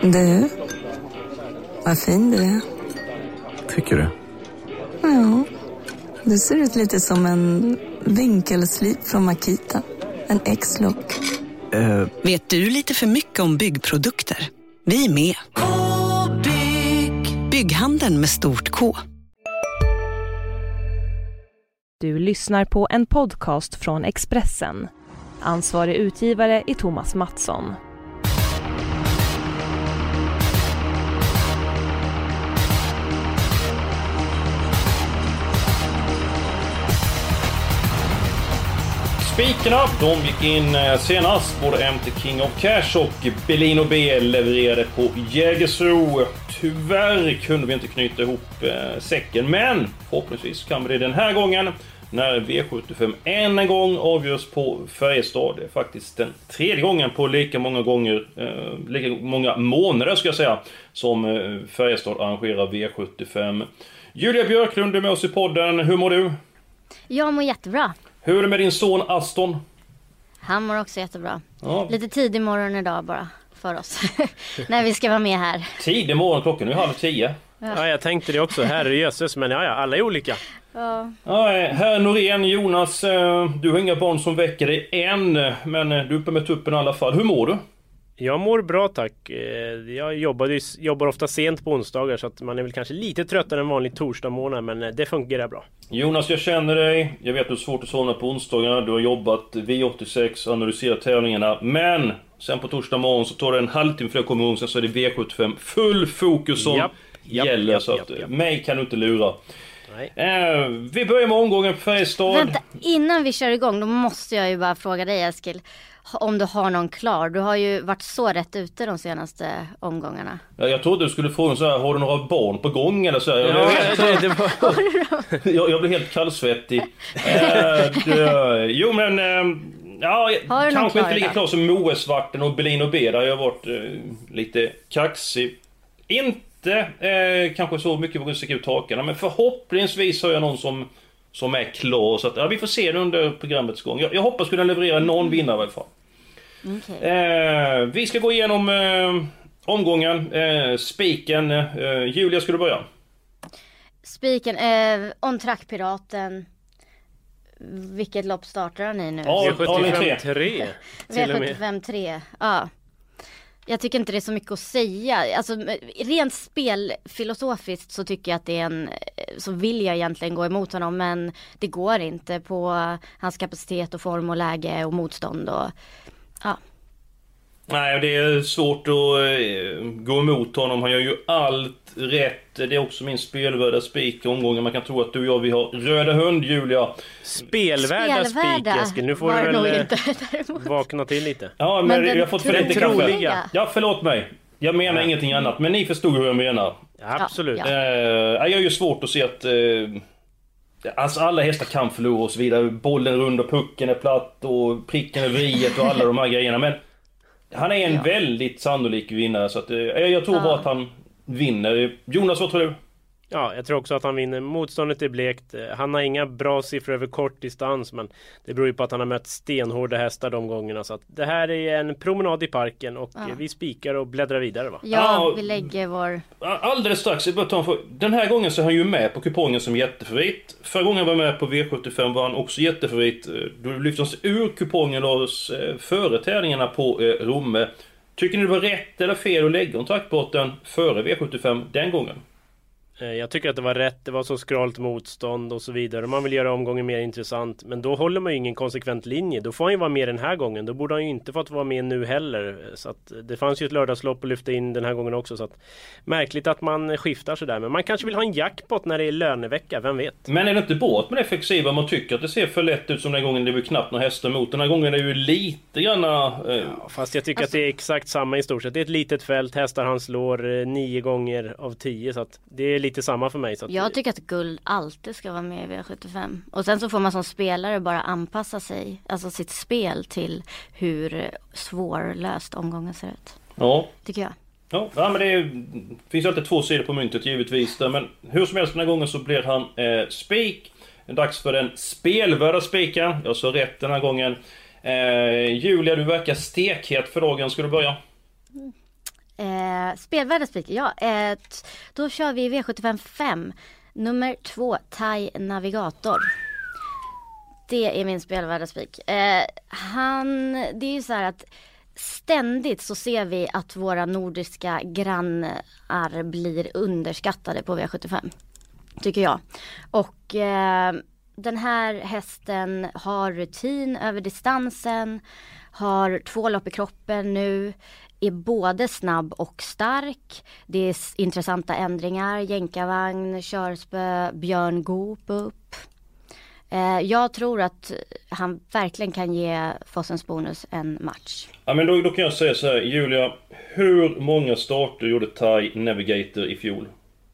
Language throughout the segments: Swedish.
Du, vad fin du är. Tycker du? Ja, du ser ut lite som en vinkelslip från Makita. En X-look. Vet du lite för mycket om byggprodukter? Vi är med. Bygghandeln med stort K. Du lyssnar på en podcast från Expressen. Ansvarig utgivare är Thomas Mattsson. Spikerna, de gick in senast. Både MT King of Cash och Belino B levererade på Jägersro. Tyvärr kunde vi inte knyta ihop säcken, men förhoppningsvis kan vi det den här gången när V75 än en gång avgörs på Färjestad. Det är faktiskt den tredje gången på lika många månader ska jag säga som Färjestad arrangerar V75. Julia Björklund är med oss i podden. Hur mår du? Jag mår jättebra. Hur är det med din son Aston? Han mår också jättebra. Ja. Lite tidig morgon idag bara för oss. När vi ska vara med här. Tidig morgon, klockan är 9:30. Ja, jag tänkte det också. Herrejösses, men ja, alla är olika. Ja. Ja, herr Norén, Jonas, du har inga barn som väcker dig än, men du är uppe med tuppen i alla fall. Hur mår du? Jag mår bra, tack. Jag jobbar ofta sent på onsdagar, så att man är väl kanske lite tröttare än vanlig torsdag månad, men det fungerar bra. Jonas, jag känner dig. Jag vet att du är svårt att somna på onsdagarna. Du har jobbat V86, analyserat tävlingarna. Men sen på torsdag morgon så tar det en halvtimme för att komma igång. Sen så är det V75 full fokus som gäller. Så att mig kan du inte lura. Vi börjar med omgången på Färjestad. Vänta, innan vi kör igång, då måste jag ju bara fråga dig, Eskil, om du har någon klar. Du har ju varit så rätt ute de senaste omgångarna. Ja, jag trodde du skulle fråga så här: har du några barn på gång eller så här? Jag blev helt kallsvettig. Jo men kanske inte lika klar som Moesvarten och Belino B. Där jag har varit lite kaxig. Inte kanske så mycket på att ut takarna, men förhoppningsvis har jag någon som är klar, så att vi får se det under programmets gång. Jag hoppas kunna leverera någon vinnare i alla fall. Okay. Vi ska gå igenom omgången. Spiken. Julia, ska du börja? Spiken, On Track Piraten. Vilket lopp startar ni nu? V75-3. V75-3, ja. Jag tycker inte det är så mycket att säga. Alltså, rent spelfilosofiskt så tycker jag att det är så vill jag egentligen gå emot honom, men det går inte på hans kapacitet och form och läge och motstånd och ja. Nej, det är svårt att gå emot honom. Han gör ju allt rätt. Det är också min spelvärda spik omgången. Man kan tro att du och jag, vi har röda hund, Julia. Spelvärda spik, Eskil. Nu får du väl vakna till lite. Ja, men jag har fått för lite kaffe. Ja, förlåt mig. Jag menar ingenting annat, men ni förstod hur jag menar. Ja, absolut. Jag är ju svårt att se att alltså alla hästar kan förlora och så vidare. Bollen rund och pucken är platt och pricken är vriet och alla de här grejerna. Men han är en väldigt sannolik vinnare, så att jag tror bara att han vinner. Jonas, vad tror du? Ja, jag tror också att han vinner. Motståndet är blekt. Han har inga bra siffror över kort distans, men det beror ju på att han har mött stenhårda hästar de gångerna. Så att det här är en promenad i parken och vi spikar och bläddrar vidare, va? Ja, vi lägger vår... Alldeles strax. Den här gången så är han ju med på kupongen som jättefavorit. Förra gången var med på V75 var han också jättefavorit. Då lyfte han sig ur kupongen och före tävlingarna på Romme. Tycker ni det var rätt eller fel att lägga kontraktbotten före V75 den gången? Jag tycker att det var rätt, det var så skralt motstånd och så vidare. Man vill göra omgången mer intressant, men då håller man ju ingen konsekvent linje. Då får han ju vara med den här gången, då borde han ju inte fått vara med nu heller. Så att det fanns ju ett lördagslopp att lyfta in den här gången också, så att märkligt att man skiftar sådär. Men man kanske vill ha en jackpot när det är lönevecka, vem vet? Men är det inte bra att man är flexibel? Man tycker att det ser för lätt ut som den gången det blir knappt några hästar emot. Den här gången är det ju lite grann... fast jag tycker att det är exakt samma i stort sett. Det är ett litet fält, hästar han slår 9 gånger av 10, så att det är lite samma för mig. Så att jag tycker att guld alltid ska vara med i V75. Och sen så får man som spelare bara anpassa sig, alltså sitt spel till hur svårlöst omgången ser ut. Ja. Tycker jag. Ja, men det finns alltid två sidor på myntet givetvis där, men hur som helst den här gången så blir han spik. Dags för den spelvärda spiken. Jag sa rätt den här gången. Julia, du verkar stekhet för dagen. Ska du börja? Spelvärda spik, ja. Då kör vi V75 5. Nummer 2, Thai Navigator. Det är min spelvärda spik. Det är ju så här att ständigt så ser vi att våra nordiska grannar blir underskattade på V75. Tycker jag. Och den här hästen har rutin över distansen. Har 2 lopp i kroppen nu. Är både snabb och stark. Det är intressanta ändringar. Jänkarvagn, körspö, Björn Goop upp. Jag tror att han verkligen kan ge Fossens Bonus en match. Ja, men då kan jag säga så här, Julia. Hur många starter gjorde Thai Navigator i fjol?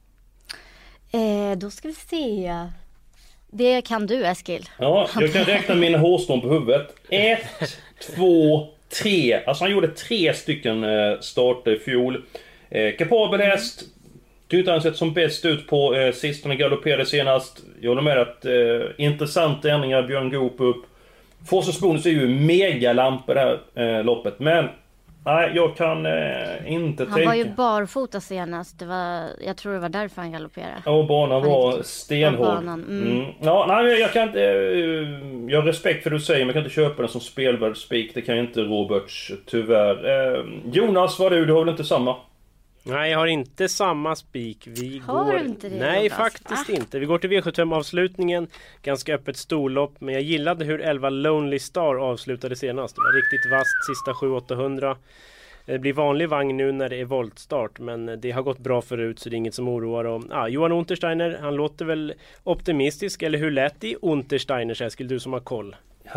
Då ska vi se. Det kan du, Eskil. Ja, jag kan räkna mina hårstrån på huvudet. 1, 2, 3. Alltså han gjorde 3 stycken starter i fjol. Kapabel häst. Tyckte han sett som bäst ut på sistone, galopperade senast. Jag håller med att intressanta ändringar, Björn Goop upp. Fossens Bonus är ju megalamp i det här loppet. Men nej, jag kan inte tänka. Han var ju barfota senast. Jag tror det var därför han galopperade. Ja, banan var stenhård. Ja, nej, jag kan inte. Jag har respekt för det du säger, men jag kan inte köpa den som spelvärd spik. Det kan jag inte, Roberts, tyvärr. Jonas, du har väl inte samma? Nej, jag har inte samma spik. Du inte det? Nej, Jonas? faktiskt inte. Vi går till V75-avslutningen. Ganska öppet storlopp. Men jag gillade hur 11 Lonely Star avslutade senast. Det var riktigt vasst sista 700-800. Det blir vanlig vagn nu när det är voltstart. Men det har gått bra förut, så det är inget som oroar. Johan Untersteiner, han låter väl optimistisk. Eller hur lät det i Untersteiners, Eskil, du som har koll?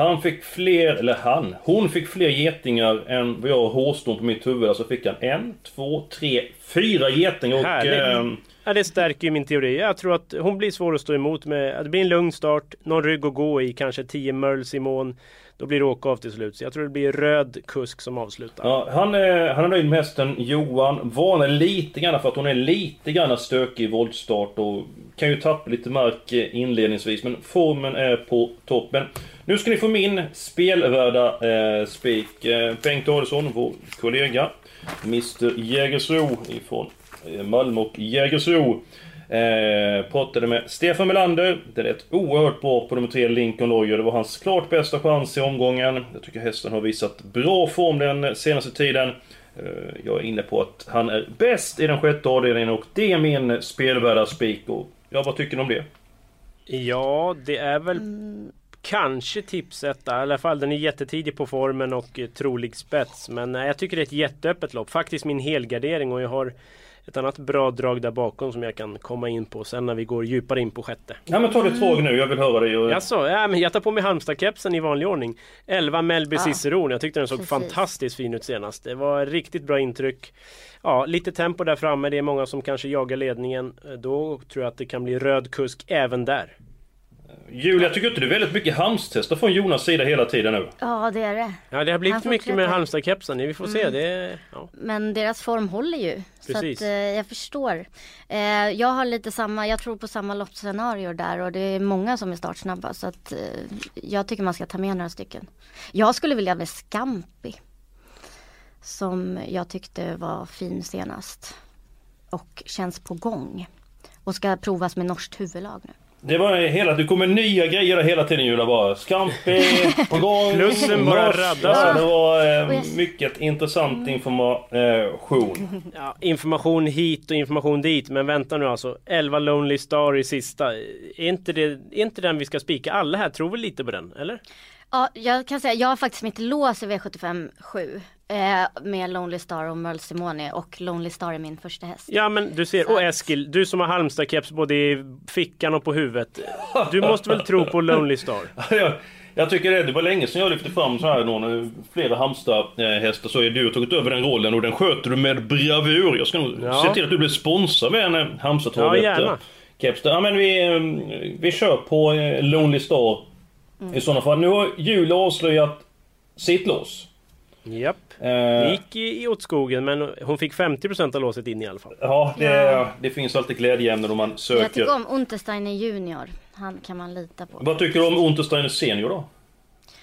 Hon fick fler getingar än vad jag har hårstrån på mitt huvud. Alltså fick han 1, 2, 3, 4 getingar. Ja, det stärker ju min teori. Jag tror att hon blir svår att stå emot med. Att det blir en lugn start, någon rygg att gå i, kanske 10 Merls i mån. Då blir det åka av till slut. Så jag tror det blir röd kusk som avslutar. Ja, han är nöjd med hästen Johan. Varnar lite grann för att hon är lite grann stökig i voltstart och kan ju tappa lite mark inledningsvis. Men formen är på toppen. Nu ska ni få min spelvärda spik. Bengt Adelsson, vår kollega. Mr Jägersro ifrån Malmö och Jägersro. Pratade med Stefan Melander. Det är ett oerhört bra på nummer 3 Lincoln Lawyer. Det var hans klart bästa chans i omgången. Jag tycker hästen har visat bra form den senaste tiden. Jag är inne på att han är bäst i den 6:e avdelningen och det är min spelvärda spik. Vad tycker ni om det? Ja, det är väl kanske tipset. I alla fall den är jättetidig på formen och trolig spets. Men jag tycker det är ett jätteöppet lopp. Faktiskt min helgardering, och jag har ett annat bra drag där bakom som jag kan komma in på sen när vi går djupare in på 6:e. Ja, men ta det tåg nu, jag vill höra det. Men jag tar på mig Halmstad-kepsen i vanlig ordning. 11 Melby Ciceron, jag tyckte den såg fantastiskt fin ut senast. Det var riktigt bra intryck. Ja, lite tempo där framme, det är många som kanske jagar ledningen. Då tror jag att det kan bli röd kusk även där. Julia, jag tycker inte det är väldigt mycket Halmstester från Jonas sida hela tiden nu. Ja, det är det. Ja, det har blivit mycket med Halmstad-kepsen. Vi får se det. Ja. Men deras form håller ju. Precis. Så att, jag förstår. Jag har lite samma, jag tror på samma loppscenario där. Och det är många som är startsnabba. Så att jag tycker man ska ta med några stycken. Jag skulle vilja med Scampi. Som jag tyckte var fin senast. Och känns på gång. Och ska provas med norskt huvudlag nu. Det var du kommer nya grejer där hela tiden, Julia, bara Scampi på gång. Plussen bara raddas. Ja, det var mycket intressant information. Ja, information hit och information dit. Men vänta nu alltså, 11 Lonely Star i sista. Är inte den vi ska spika? Alla här tror väl lite på den, eller? Ja, jag kan säga, jag har faktiskt mitt lås i V75-7 med Lonely Star och Merle Simone, och Lonely Star är min första häst. Ja, men du ser, och Eskil, du som har Halmstad-keps både i fickan och på huvudet, du måste väl tro på Lonely Star? Jag tycker det var länge sedan jag lyfte fram så här flera Halmstad-hästar, så är du tagit över den rollen och den sköter du med bravur. Jag ska nog se till att du blir sponsrad med en Halmstad-travet. Ja, gärna. Keps. Ja, men vi kör på Lonely Star i sådana fall. Nu har Julia avslöjat sitt lås. Japp. Det gick i åt skogen, men hon fick 50% av låset in i alla fall. Ja, det finns alltid glädjeämnen om man söker. Jag tycker om Untersteiner junior. Han kan man lita på. Vad tycker du om Untersteiner senior då?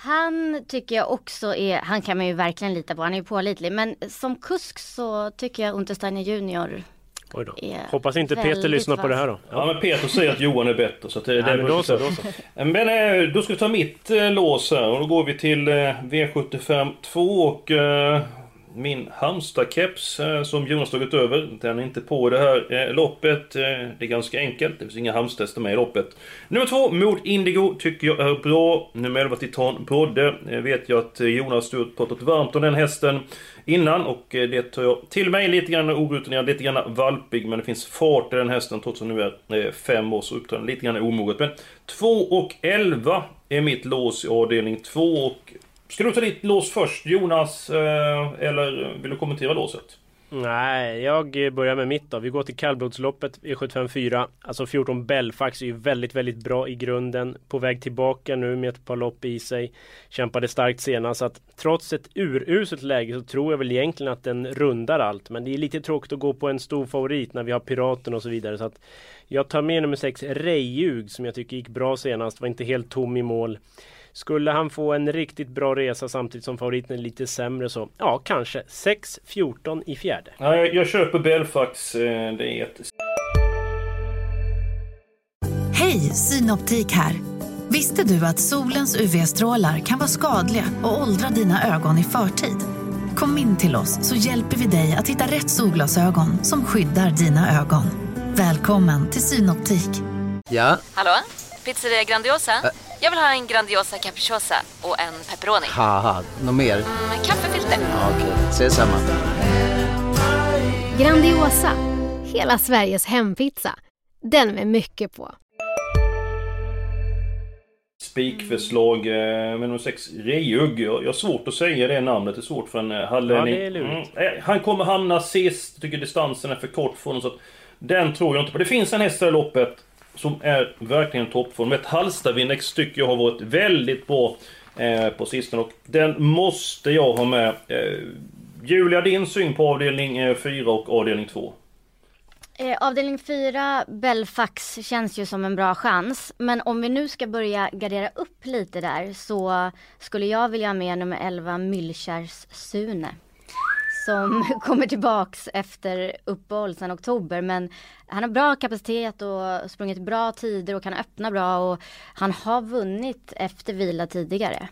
Han tycker jag också han kan man ju verkligen lita på, han är ju pålitlig. Men som kusk så tycker jag Untersteiner Junior. Oj då. Hoppas inte Peter lyssnar på det här då. Ja, men Peter säger att Johan är bättre. Så att det men då så. Men då ska vi ta mitt lås här. Och då går vi till V75 2 och min Halmstad-keps som Jonas tagit över. Den är inte på det här loppet. Det är ganska enkelt. Det finns inga Halmstadster med i loppet. Nummer 2, Mod Indigo, tycker jag är bra. Nummer 11, Titan Brodde. Vet jag att Jonas har pratat varmt om den hästen innan. Och det tar jag till mig lite grann orutinerad, lite grann valpig. Men det finns fart i den hästen trots att nu är 5 år så uppträdande. Lite grann omoget. Men 2 och 11 är mitt lås i avdelning 2 och... Ska du ta ditt lås först, Jonas, eller vill du kommentera låset? Nej, jag börjar med mitt då. Vi går till kallblodsloppet E75-4. Alltså 14 Belfax är ju väldigt, väldigt bra i grunden. På väg tillbaka nu med ett par lopp i sig. Kämpade starkt senast. Så att trots ett uruselt läge så tror jag väl egentligen att den rundar allt. Men det är lite tråkigt att gå på en stor favorit när vi har Piraten och så vidare. Så att jag tar med nummer 6, Rejug, som jag tycker gick bra senast. Var inte helt tom i mål. Skulle han få en riktigt bra resa samtidigt som favoriten är lite sämre så, ja, kanske 6-14 i fjärde. Ja, jag köper Belfax, det är ett... Hej, Synoptik här. Visste du att solens UV-strålar kan vara skadliga och åldra dina ögon i förtid? Kom in till oss så hjälper vi dig att hitta rätt solglasögon som skyddar dina ögon. Välkommen till Synoptik. Ja? Hallå? Pizzeria Grandiosa? Jag vill ha en Grandiosa capriciosa och en pepperoni. Haha, något mer? Kaffefilter. Ja, okej, ses samma. Grandiosa, hela Sveriges hempizza. Den med mycket på. Spikförslag med nummer 6, Rejug. Jag har svårt att säga det namnet, det är svårt för en hallänning. Ja, det är lurigt. Han kommer hamna sist, jag tycker distansen är för kort för honom, så att den tror jag inte på. Det finns en häst i loppet som är verkligen toppform. Ett Halstavinnex tycker jag har varit väldigt bra på sistone. Och den måste jag ha med. Julia, din syn på avdelning 4 och avdelning 2? Avdelning 4, Belfax, känns ju som en bra chans. Men om vi nu ska börja gardera upp lite där så skulle jag vilja ha med nummer 11, Myllkärrs Sune. Som kommer tillbaks efter uppehåll sedan oktober. Men han har bra kapacitet och sprungit bra tider och kan öppna bra. Och han har vunnit efter vila tidigare.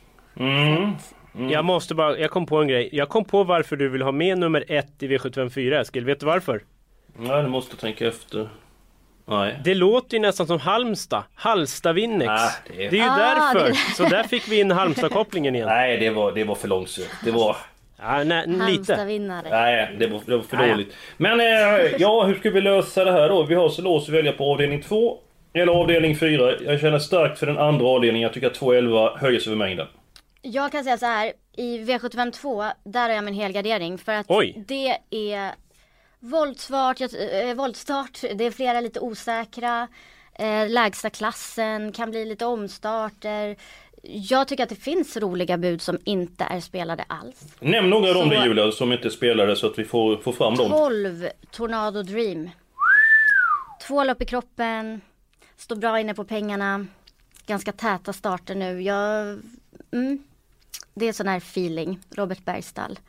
Jag kom på en grej. Jag kom på varför du vill ha med nummer 1 i V75-4, Eskil. Vet du varför? Nej, du måste tänka efter. Nej. Det låter ju nästan som Halstavinnex. Det är ju därför. Så där fick vi in Halmstad-kopplingen igen. Nej, det var för långsökt. Det var... Ja, lite. Nej, det var för dåligt. Men hur ska vi lösa det här då? Vi har så lås att välja på avdelning 2 eller avdelning 4. Jag känner starkt för den andra avdelningen. Jag tycker att 2-11 höjer sig över mängden. Jag kan säga så här, i V75-2 där har jag min helgardering. För att det är voltstart, det är flera lite osäkra. Lägsta klassen, kan bli lite omstarter. Jag tycker att det finns roliga bud som inte är spelade alls. Nämn några av dem det, Julia, som inte spelade så att vi får fram dem. 12 Tornado Dream. 2 lopp i kroppen. Står bra inne på pengarna. Ganska täta starter nu. Det är sån här feeling. Robert Bergstall.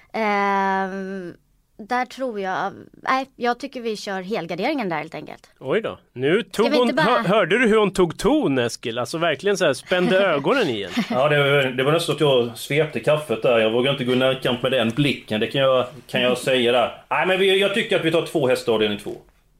Där tror jag tycker vi kör helgarderingen där helt enkelt. Oj då, nu tog hon, hörde du hur hon tog ton, Eskil? Alltså verkligen så här, spände ögonen i en. Ja, det var nästan att jag svepte kaffet där. Jag vågar inte gå närkamp med den blicken, det kan jag säga där. Nej, men jag tycker att vi tar 2 hästar avdelning 2.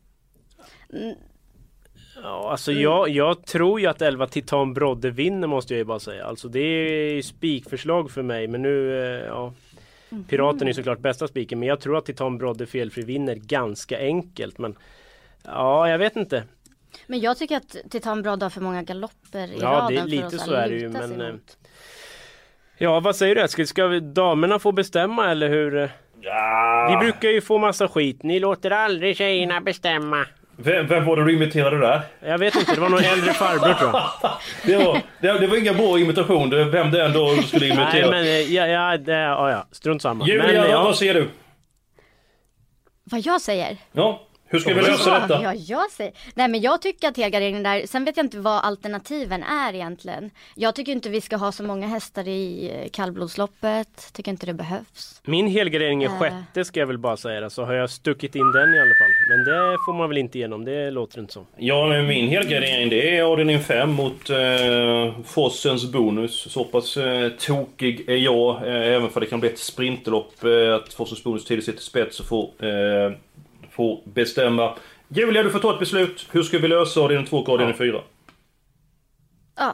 Ja, alltså jag tror ju att 11 Titan Brodde vinner, måste jag ju bara säga. Alltså det är ju spikförslag för mig, men nu, Piraten är såklart bästa spiken, men jag tror att Titan Brodde felfri vinner ganska enkelt, men jag vet inte. Men jag tycker att Titan Brodde har för många galopper i raden. Ja, det är lite så är det ju, men vad säger du, Eskil? Ska damerna få bestämma eller hur? Ja. Vi brukar ju få massa skit. Ni låter aldrig tjejerna bestämma. Vem var det du imiterade där? Jag vet inte, det var någon äldre farbror tror jag. Det var inga bra imitation, vem det ändå skulle imitera. Nej, men strunt samma. Julia, vad säger du? Vad jag säger? Ja, Hur ska vi lösa detta? Ja, jag säger. Nej, men jag tycker att helgarderingen där, sen vet jag inte vad alternativen är egentligen. Jag tycker inte vi ska ha så många hästar i kallblodsloppet. Tycker inte det behövs. Min helgardering är sjätte, ska jag väl bara säga. Så har jag stuckit in den i alla fall. Men det får man väl inte igenom, det låter inte så. Ja, men min helgardering det är avdelning 5 mot Fossens bonus. Så pass tokig är jag, även för det kan bli ett sprinterlopp. Att Fossens bonus tidigt sitter spets och får bestämma. Julia, du får ta ett beslut. Hur ska vi lösa avdelning 2 och avdelning 4? Ja,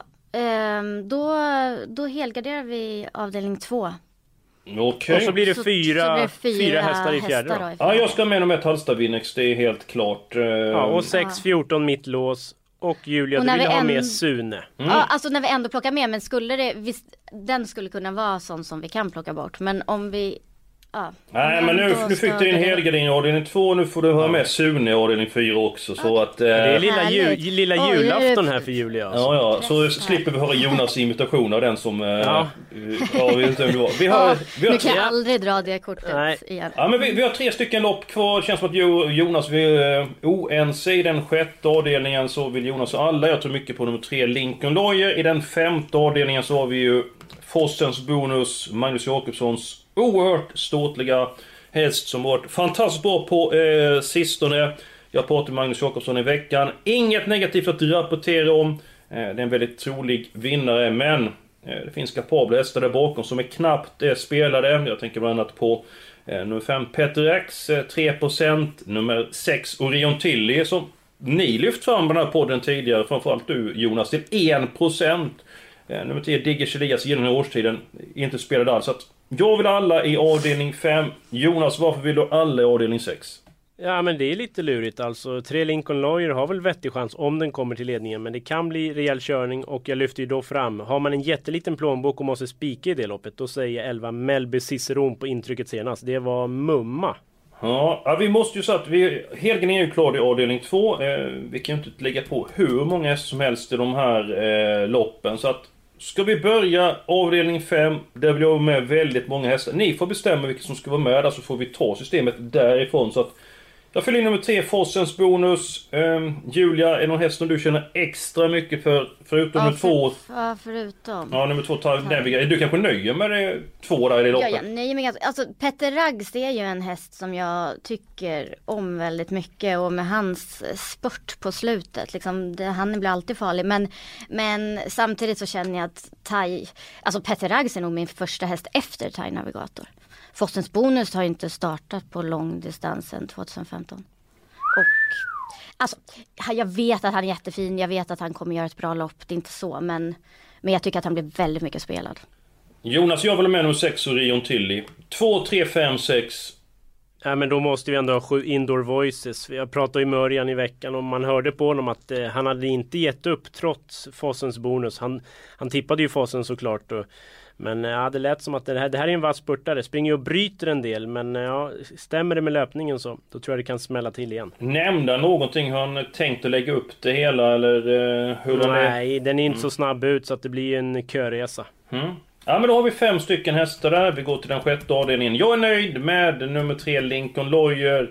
då helgarderar vi avdelning 2. Okej. Och så blir det fyra hästar i fjärde. Ja, jag ska med ett Halsta Winnex, det är helt klart. Ja, och 6-14 mittlås. Och Julia, du vill ha med Sune. Ja, alltså när vi ändå plockar med, men skulle det, visst, den skulle kunna vara sån som vi kan plocka bort. Men om vi... Ja. Nej, men nu fick du din helgardering i avdelning 2. Nu får du ha med Sune i avdelning 4 också. Så att, det är lilla julafton här för Julia. Alltså. Ja, så slipper vi höra Jonas imitation av den som... vi vet inte vem det var. Vi har nu kan jag aldrig dra det kortet igen. Ja, men vi har 3 stycken lopp kvar. Det känns som att Jonas vill oense i den 6:e avdelningen. Så vill Jonas och alla. Jag tror mycket på nummer 3 Lincoln Lawyer. I den 5:e avdelningen så har vi ju Fossens bonus, Magnus Jakobssons oerhört ståtliga häst som varit fantastiskt bra på sistone. Jag pratade med Magnus Jakobsson i veckan. Inget negativt att rapportera om. Det är en väldigt trolig vinnare, men det finns kapabla hästar där bakom som är knappt spelade. Jag tänker bland annat på nummer 5 Peter X, 3%, nummer 6 Orion Tilly som ni lyft fram på den här podden tidigare, framförallt du Jonas, till 1%. Nummer 10 Digger Elias genom den här årstiden inte spelade alls. Så att jag vill alla i avdelning 5. Jonas, varför vill du alla i avdelning 6? Ja, men det är lite lurigt. Alltså 3 Lincoln Lawyer har väl vettig chans om den kommer till ledningen. Men det kan bli rejäl körning och jag lyfter ju då fram. Har man en jätteliten plånbok och måste spika i det loppet, då säger jag 11 Melby Ciceron på intrycket senast. Det var mumma. Ja, vi måste ju säga att Helgen är ju klar i avdelning 2. Vi kan ju inte lägga på hur många hästar som helst i de här loppen. Så att ska vi börja avdelning 5, där vi har med väldigt många hästar. Ni får bestämma vilka som ska vara med, där så får vi ta systemet därifrån. Så att jag fyller in nummer 3, Fossens bonus. Julia, är det någon häst som du känner extra mycket för, förutom nummer 2? Ja, förutom. Ja, nummer 2 tar du kanske nöjer med det 2 där i loppet? Ja, nej, men alltså Peter Raggs, det är ju en häst som jag tycker om väldigt mycket, och med hans spurt på slutet liksom, han blir alltid farlig, men samtidigt så känner jag att Peter Raggs är nog min första häst efter Thai Navigator. Fossens bonus har inte startat på långdistansen 2015. Och alltså, jag vet att han är jättefin, jag vet att han kommer göra ett bra lopp, det är inte så, men jag tycker att han blir väldigt mycket spelad. Jonas, jag vill med nummer 6 Orion Tilly. 2, 3, 5, 6. Ja, men då måste vi ändå ha 7 Indoor Voices. Jag pratade i Mörjan i veckan och man hörde på honom att han hade inte gett upp trots Fossens bonus. Han tippade ju Fossen såklart och, men det lät som att det här är en vass spurtare. Springer och bryter en del, men stämmer det med löpningen så då tror jag det kan smälla till igen. Nämnde någonting hur han tänkt att lägga upp det hela eller hur han är? Nej, den är inte så snabb ut så att det blir en körresa. Ja, men då har vi 5 stycken hästar där. Vi går till den 6:e avdelningen. Jag är nöjd med nummer 3 Lincoln Lawyer.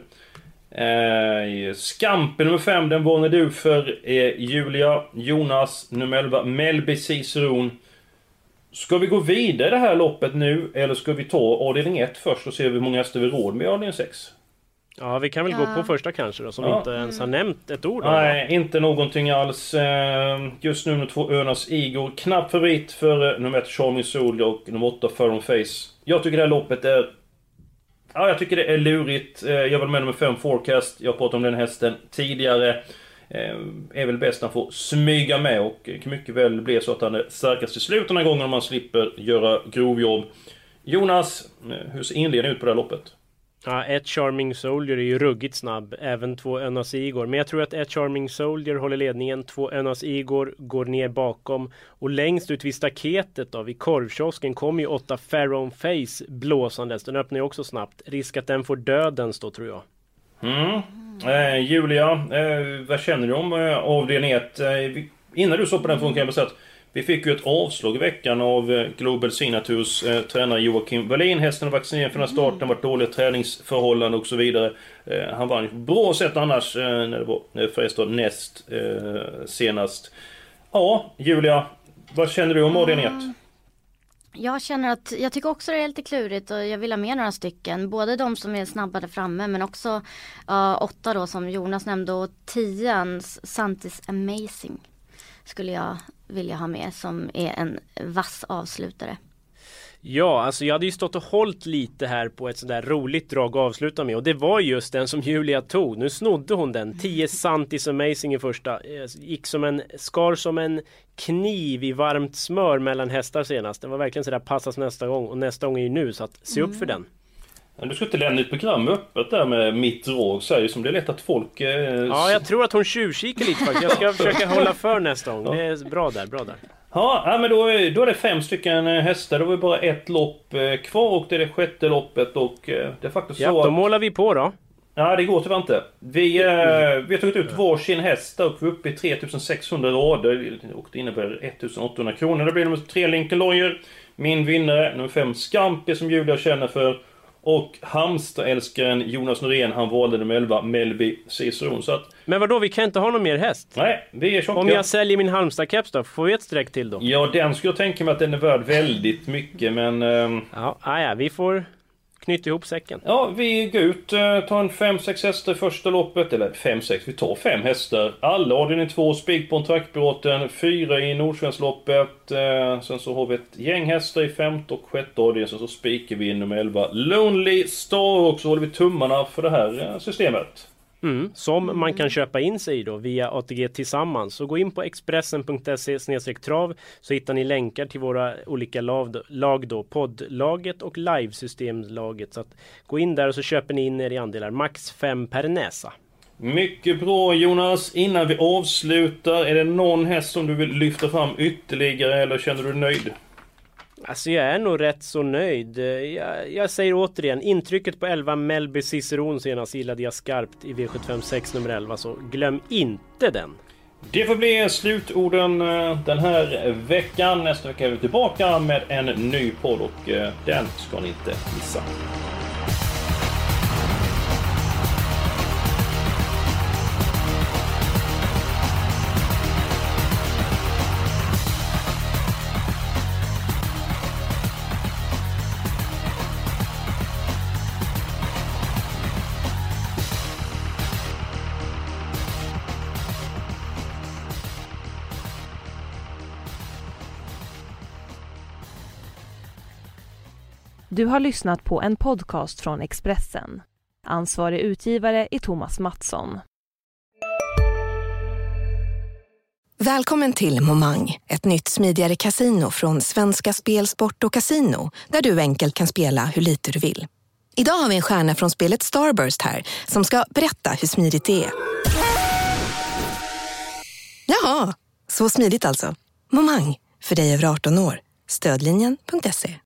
Skampen nummer 5, den varnar du för Julia. Jonas nummer 11 Melby Ciceron. Ska vi gå vidare det här loppet nu, eller ska vi ta avdelning 1 först och se hur många hästar vi råd med avdelning 6? Ja, vi kan väl gå på första kanske då, som inte ens har nämnt ett ord om. Nej, inte någonting alls. Just nu nummer 2 Önas Igor. Knapp favorit för nummer 1 Charming Soldier och nummer 8 Furron Face. Jag tycker det här loppet är... Ja, jag tycker det är lurigt. Jag vill med nummer 5 Forecast. Jag pratade om den hästen tidigare. Är väl bäst att få smyga med och kan mycket väl bli så att han är starkast i slutet den här gången om man slipper göra grovjobb. Jonas, hur ser inledningen ut på det här loppet? Ja, 1 Charming Soldier är ju ruggigt snabb, även 2 Önas Igor. Men jag tror att 1 Charming Soldier håller ledningen, 2 Önas Igor går ner bakom. Och längst ut vid staketet då, vid korvkiosken, kommer ju 8 Furron Face blåsandes. Den öppnar ju också snabbt. Risk att den får dödens då, tror jag. Julia, vad känner du om avdelning 1? Innan du så på den frågan kan jag säga att Vi fick ju ett avslag i veckan av Global Signatures tränare Joakim Wallin. Hästen var vaccinerad för den här starten, varit dåliga träningsförhållanden och så vidare. Han vann på bra sätt annars när det var förresten näst senast. Ja, Julia, vad känner du om Adrian 1? Jag tycker också det är lite klurigt och jag vill ha med några stycken. Både de som är snabbare framme men också 8 då som Jonas nämnde och 10 Santis Amazing skulle jag vilja ha med som är en vass avslutare. Ja, alltså jag hade ju stått och hållit lite här på ett sådär roligt drag att avsluta med och det var just den som Julia tog. Nu snodde hon den. 10 Santis Amazing i första. Skar som en kniv i varmt smör mellan hästar senast. Det var verkligen sådär passas nästa gång och nästa gång är ju nu så att se upp för den. Du ska inte lämna ett program öppet där med mitt drag så är det som det är lätt att folk... Ja, jag tror att hon tjuvkikar lite faktiskt. Jag ska försöka hålla för nästa gång. Det är bra där. Ja, men då är det 5 stycken hästar. Då var det bara ett lopp kvar och det är det 6:e loppet och det är faktiskt så... Ja, då målar vi på då. Ja, det går tyvärr inte. Vi har tagit ut varsin häst och vi är uppe i 3600 rader och det innebär 1800 kronor. Det blir nummer 3 Lincoln Lawyer, min vinnare, nummer 5 Scampi som Julia känner för och hamsterälskaren Jonas Norén, han valde nummer 11 Melby Ciceron. Så att... Men vadå, vi kan inte ha någon mer häst? Nej, vi är tjocka. Om jag säljer min Halmstad-keps då, får vi ett streck till då? Ja, den skulle jag tänka mig att den är värd väldigt mycket, men... Ja, vi får knyta ihop säcken. Ja, vi går ut, tar en 5-6 hästar i första loppet, eller 5-6, vi tar 5 hästar. Alla avdelning 2, spik på en trackbråten, 4 i Nordsvenskloppet, sen så har vi ett gäng hästar i 5:e och 6:e avdelningen, sen så spikar vi in nummer 11 Lonely Star och så håller vi tummarna för det här systemet. Som man kan köpa in sig då via ATG Tillsammans. Så gå in på expressen.se/trav så hittar ni länkar till våra olika lag då, poddlaget och livesystemlaget. Så att gå in där och så köper ni in er i andelar. Max 5 per näsa. Mycket bra Jonas. Innan vi avslutar, är det någon häst som du vill lyfta fram ytterligare eller känner du dig nöjd? Alltså jag är nog rätt så nöjd. Jag säger återigen, intrycket på 11 Melby Ciceron senast gillade jag skarpt i V75 nummer 11, så glöm inte den. Det får bli slutorden den här veckan. Nästa vecka är vi tillbaka med en ny podd och den ska ni inte missa. Du har lyssnat på en podcast från Expressen. Ansvarig utgivare är Thomas Mattsson. Välkommen till Momang, ett nytt smidigare casino från Svenska Spel, Sport och Casino, där du enkelt kan spela hur lite du vill. Idag har vi en stjärna från spelet Starburst här som ska berätta hur smidigt det är. Jaha, så smidigt alltså. Momang, för dig över 18 år. Stödlinjen.se.